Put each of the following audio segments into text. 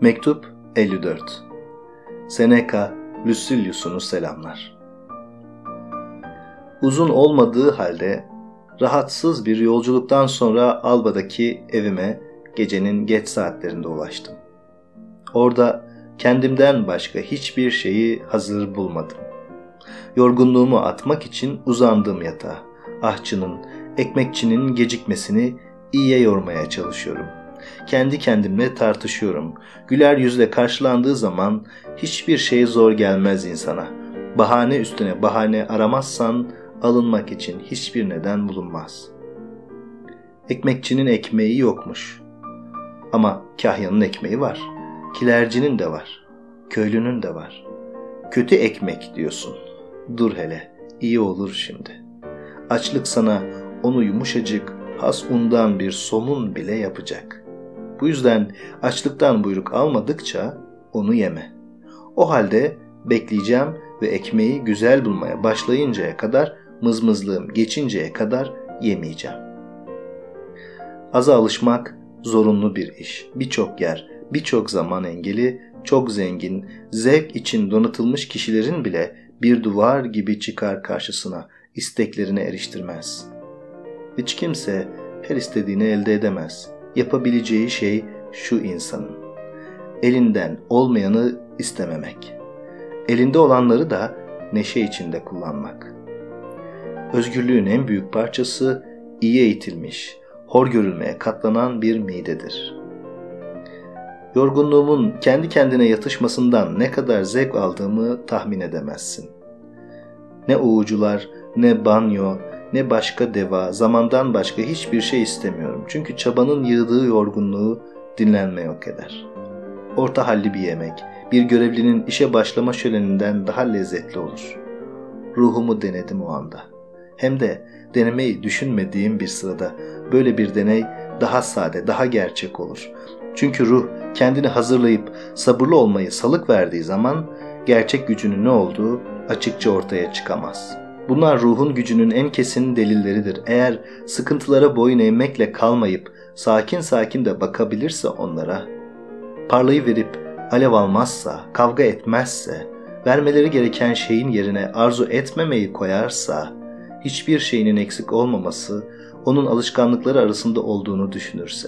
Mektup 54. Seneca Lucilius'unu selamlar. Uzun olmadığı halde rahatsız bir yolculuktan sonra Alba'daki evime gecenin geç saatlerinde ulaştım. Orada kendimden başka hiçbir şeyi hazır bulmadım. Yorgunluğumu atmak için uzandım yatağa. Ahçının, ekmekçinin gecikmesini iyiye yormaya çalışıyorum. Kendi kendimle tartışıyorum. Güler yüzle karşılandığı zaman hiçbir şey zor gelmez insana. Bahane üstüne bahane aramazsan alınmak için hiçbir neden bulunmaz. Ekmekçinin ekmeği yokmuş. Ama kahyanın ekmeği var. Kilercinin de var. Köylünün de var. Kötü ekmek diyorsun. Dur hele, iyi olur şimdi. Açlık sana onu yumuşacık, has undan bir somun bile yapacak. Bu yüzden açlıktan buyruk almadıkça onu yeme. O halde bekleyeceğim ve ekmeği güzel bulmaya başlayıncaya kadar, mızmızlığım geçinceye kadar yemeyeceğim. Aza alışmak zorunlu bir iş. Birçok yer, birçok zaman engeli, çok zengin, zevk için donatılmış kişilerin bile bir duvar gibi çıkar karşısına, isteklerini eriştirmez. Hiç kimse her istediğini elde edemez. Yapabileceği şey şu insanın: elinden olmayanı istememek. Elinde olanları da neşe içinde kullanmak. Özgürlüğün en büyük parçası iyi eğitilmiş, hor görülmeye katlanan bir midedir. Yorgunluğumun kendi kendine yatışmasından ne kadar zevk aldığımı tahmin edemezsin. Ne uğucular, ne banyo, ne başka deva, zamandan başka hiçbir şey istemiyorum. Çünkü çabanın yığdığı yorgunluğu dinlenme yok eder. Orta halli bir yemek, bir görevlinin işe başlama şöleninden daha lezzetli olur. Ruhumu denedim o anda. Hem de denemeyi düşünmediğim bir sırada. Böyle bir deney daha sade, daha gerçek olur. Çünkü ruh kendini hazırlayıp sabırlı olmayı salık verdiği zaman gerçek gücünün ne olduğu açıkça ortaya çıkamaz. Bunlar ruhun gücünün en kesin delilleridir. Eğer sıkıntılara boyun eğmekle kalmayıp sakin sakin de bakabilirse onlara, parlayıverip alev almazsa, kavga etmezse, vermeleri gereken şeyin yerine arzu etmemeyi koyarsa, hiçbir şeyinin eksik olmaması onun alışkanlıkları arasında olduğunu düşünürse,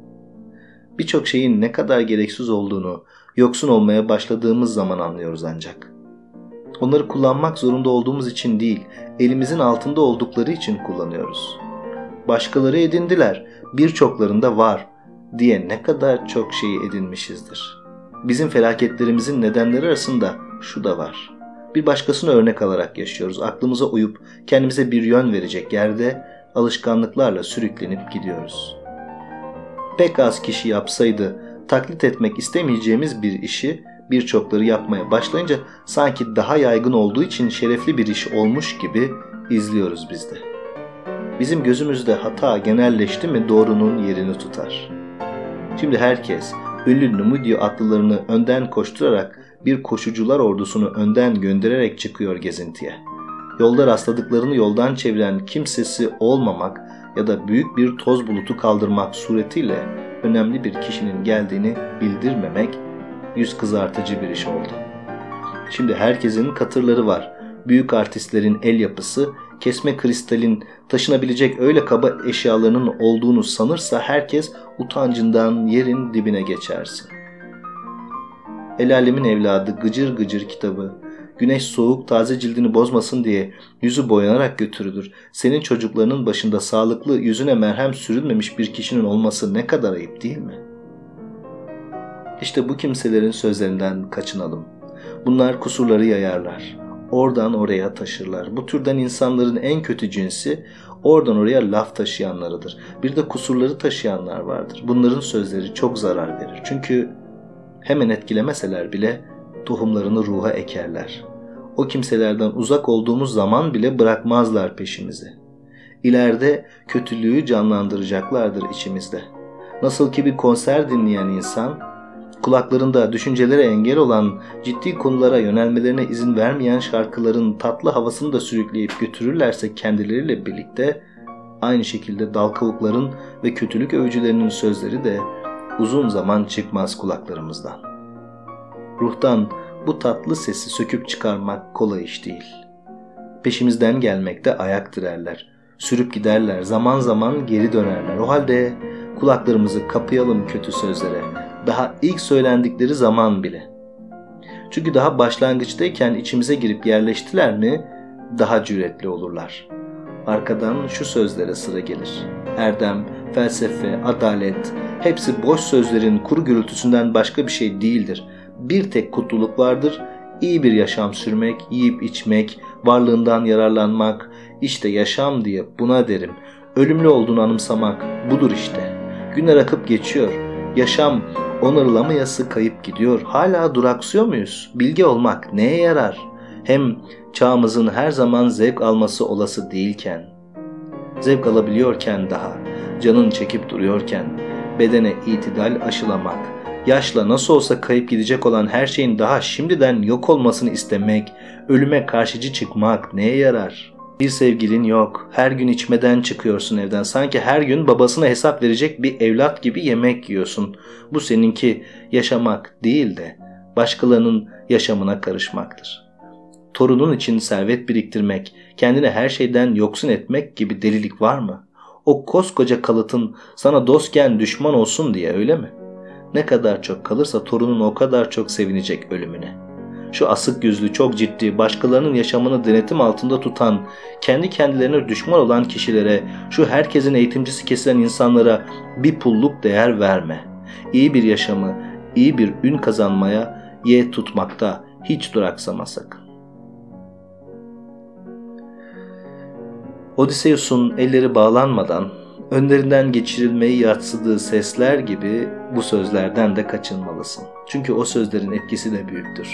birçok şeyin ne kadar gereksiz olduğunu yoksun olmaya başladığımız zaman anlıyoruz ancak. Onları kullanmak zorunda olduğumuz için değil, elimizin altında oldukları için kullanıyoruz. Başkaları edindiler, birçoklarında var diye ne kadar çok şeyi edinmişizdir. Bizim felaketlerimizin nedenleri arasında şu da var. Bir başkasını örnek alarak yaşıyoruz. Aklımıza uyup kendimize bir yön verecek yerde alışkanlıklarla sürüklenip gidiyoruz. Pek az kişi yapsaydı taklit etmek istemeyeceğimiz bir işi birçokları yapmaya başlayınca sanki daha yaygın olduğu için şerefli bir iş olmuş gibi izliyoruz biz de. Bizim gözümüzde hata genelleşti mi doğrunun yerini tutar. Şimdi herkes ünlü Numudio atlılarını önden koşturarak bir koşucular ordusunu önden göndererek çıkıyor gezintiye. Yolda rastladıklarını yoldan çeviren kimsesi olmamak ya da büyük bir toz bulutu kaldırmak suretiyle önemli bir kişinin geldiğini bildirmemek yüz kızartıcı bir iş oldu. Şimdi herkesin katırları var. Büyük artistlerin el yapısı, kesme kristalin taşınabilecek öyle kaba eşyalarının olduğunu sanırsa herkes utancından yerin dibine geçersin. El alemin evladı gıcır gıcır kitabı, güneş soğuk taze cildini bozmasın diye yüzü boyanarak götürülür. Senin çocuklarının başında sağlıklı, yüzüne merhem sürülmemiş bir kişinin olması ne kadar ayıp değil mi? İşte bu kimselerin sözlerinden kaçınalım. Bunlar kusurları yayarlar. Oradan oraya taşırlar. Bu türden insanların en kötü cinsi oradan oraya laf taşıyanlarıdır. Bir de kusurları taşıyanlar vardır. Bunların sözleri çok zarar verir. Çünkü hemen etkilemeseler bile tohumlarını ruha ekerler. O kimselerden uzak olduğumuz zaman bile bırakmazlar peşimizi. İleride kötülüğü canlandıracaklardır içimizde. Nasıl ki bir konser dinleyen insan, kulaklarında düşüncelere engel olan, ciddi konulara yönelmelerine izin vermeyen şarkıların tatlı havasını da sürükleyip götürürlerse kendileriyle birlikte, aynı şekilde dal kavukların ve kötülük övücülerinin sözleri de uzun zaman çıkmaz kulaklarımızdan. Ruhtan bu tatlı sesi söküp çıkarmak kolay iş değil. Peşimizden gelmekte ayak direrler, sürüp giderler, zaman zaman geri dönerler. O halde kulaklarımızı kapayalım kötü sözlere, daha ilk söylendikleri zaman bile. Çünkü daha başlangıçtayken içimize girip yerleştiler mi daha cüretli olurlar. Arkadan şu sözlere sıra gelir. Erdem, felsefe, adalet hepsi boş sözlerin kuru gürültüsünden başka bir şey değildir. Bir tek kutluluk vardır. İyi bir yaşam sürmek, yiyip içmek, varlığından yararlanmak. İşte yaşam diye buna derim. Ölümlü olduğunu anımsamak budur işte. Günler akıp geçiyor. Yaşam onarılamayası kayıp gidiyor. Hala duraksıyor muyuz? Bilge olmak neye yarar? Hem çağımızın her zaman zevk alması olası değilken, zevk alabiliyorken daha, canın çekip duruyorken, bedene itidal aşılamak, yaşla nasıl olsa kayıp gidecek olan her şeyin daha şimdiden yok olmasını istemek, ölüme karşıcı çıkmak neye yarar? Bir sevgilin yok, her gün içmeden çıkıyorsun evden, sanki her gün babasına hesap verecek bir evlat gibi yemek yiyorsun. Bu seninki yaşamak değil de başkalarının yaşamına karışmaktır. Torunun için servet biriktirmek, kendini her şeyden yoksun etmek gibi delilik var mı? O koskoca kalıtın sana dostken düşman olsun diye, öyle mi? Ne kadar çok kalırsa torunun o kadar çok sevinecek ölümüne. Şu asık yüzlü, çok ciddi, başkalarının yaşamını denetim altında tutan, kendi kendilerine düşman olan kişilere, şu herkesin eğitimcisi kesilen insanlara bir pulluk değer verme. İyi bir yaşamı, iyi bir ün kazanmaya ye tutmakta hiç duraksama sakın. Odysseus'un elleri bağlanmadan önlerinden geçirilmeyi yadsıdığı sesler gibi bu sözlerden de kaçınmalısın. Çünkü o sözlerin etkisi de büyüktür.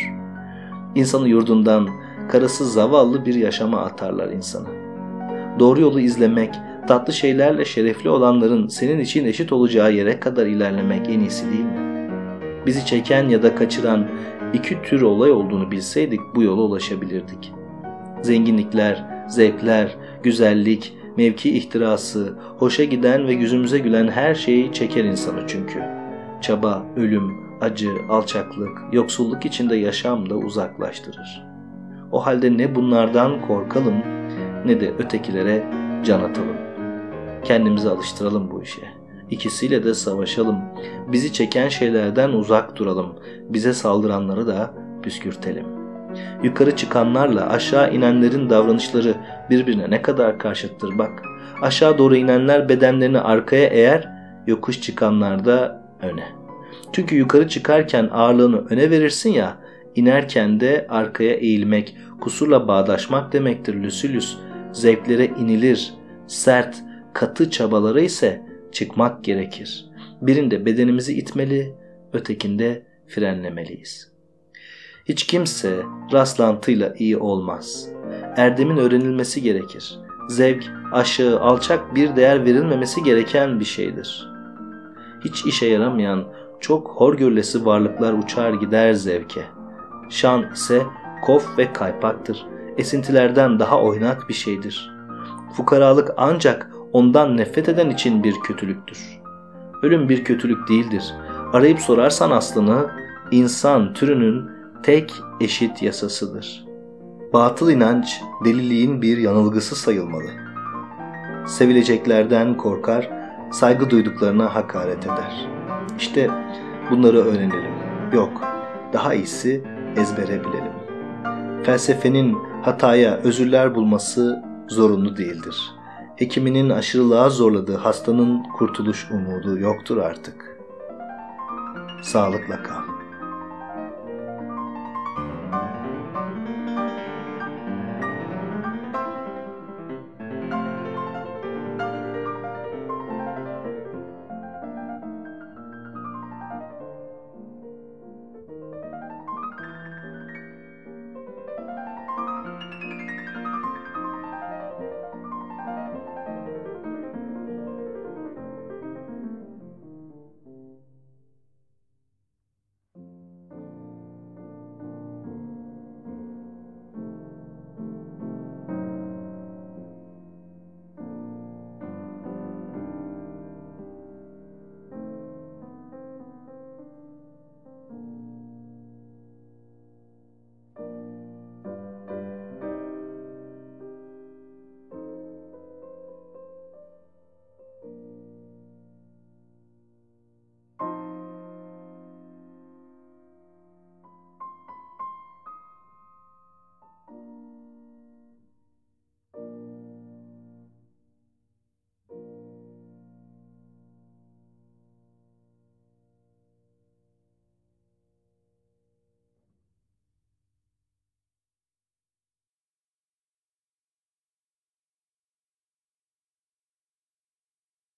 İnsanı yurdundan, karasız zavallı bir yaşama atarlar insanı. Doğru yolu izlemek, tatlı şeylerle şerefli olanların senin için eşit olacağı yere kadar ilerlemek en iyisi değil mi? Bizi çeken ya da kaçıran iki tür olay olduğunu bilseydik bu yola ulaşabilirdik. Zenginlikler, zevkler, güzellik, mevki ihtirası, hoşa giden ve yüzümüze gülen her şeyi çeker insanı çünkü. Çaba, ölüm, acı, alçaklık, yoksulluk içinde yaşam da uzaklaştırır. O halde ne bunlardan korkalım ne de ötekilere can atalım. Kendimizi alıştıralım bu işe. İkisiyle de savaşalım. Bizi çeken şeylerden uzak duralım. Bize saldıranları da püskürtelim. Yukarı çıkanlarla aşağı inenlerin davranışları birbirine ne kadar karşıttır bak. Aşağı doğru inenler bedenlerini arkaya eğer, yokuş çıkanlar da öne. Çünkü yukarı çıkarken ağırlığını öne verirsin ya, inerken de arkaya eğilmek, kusurla bağdaşmak demektir Lucilius. Zevklere inilir, sert, katı çabalara ise çıkmak gerekir. Birinde bedenimizi itmeli, ötekinde frenlemeliyiz. Hiç kimse rastlantıyla iyi olmaz. Erdemin öğrenilmesi gerekir. Zevk, aşağı, alçak bir değer verilmemesi gereken bir şeydir. Hiç işe yaramayan, çok horgörlesi varlıklar uçar gider zevke. Şan ise kof ve kaypaktır. Esintilerden daha oynak bir şeydir. Fukaralık ancak ondan nefret eden için bir kötülüktür. Ölüm bir kötülük değildir. Arayıp sorarsan aslını, insan türünün tek eşit yasasıdır. Batıl inanç deliliğin bir yanılgısı sayılmalı. Sevileceklerden korkar, saygı duyduklarına hakaret eder. İşte bunları öğrenelim. Yok, daha iyisi ezbere bilelim. Felsefenin hataya özürler bulması zorunlu değildir. Hekiminin aşırılığa zorladığı hastanın kurtuluş umudu yoktur artık. Sağlıkla kal.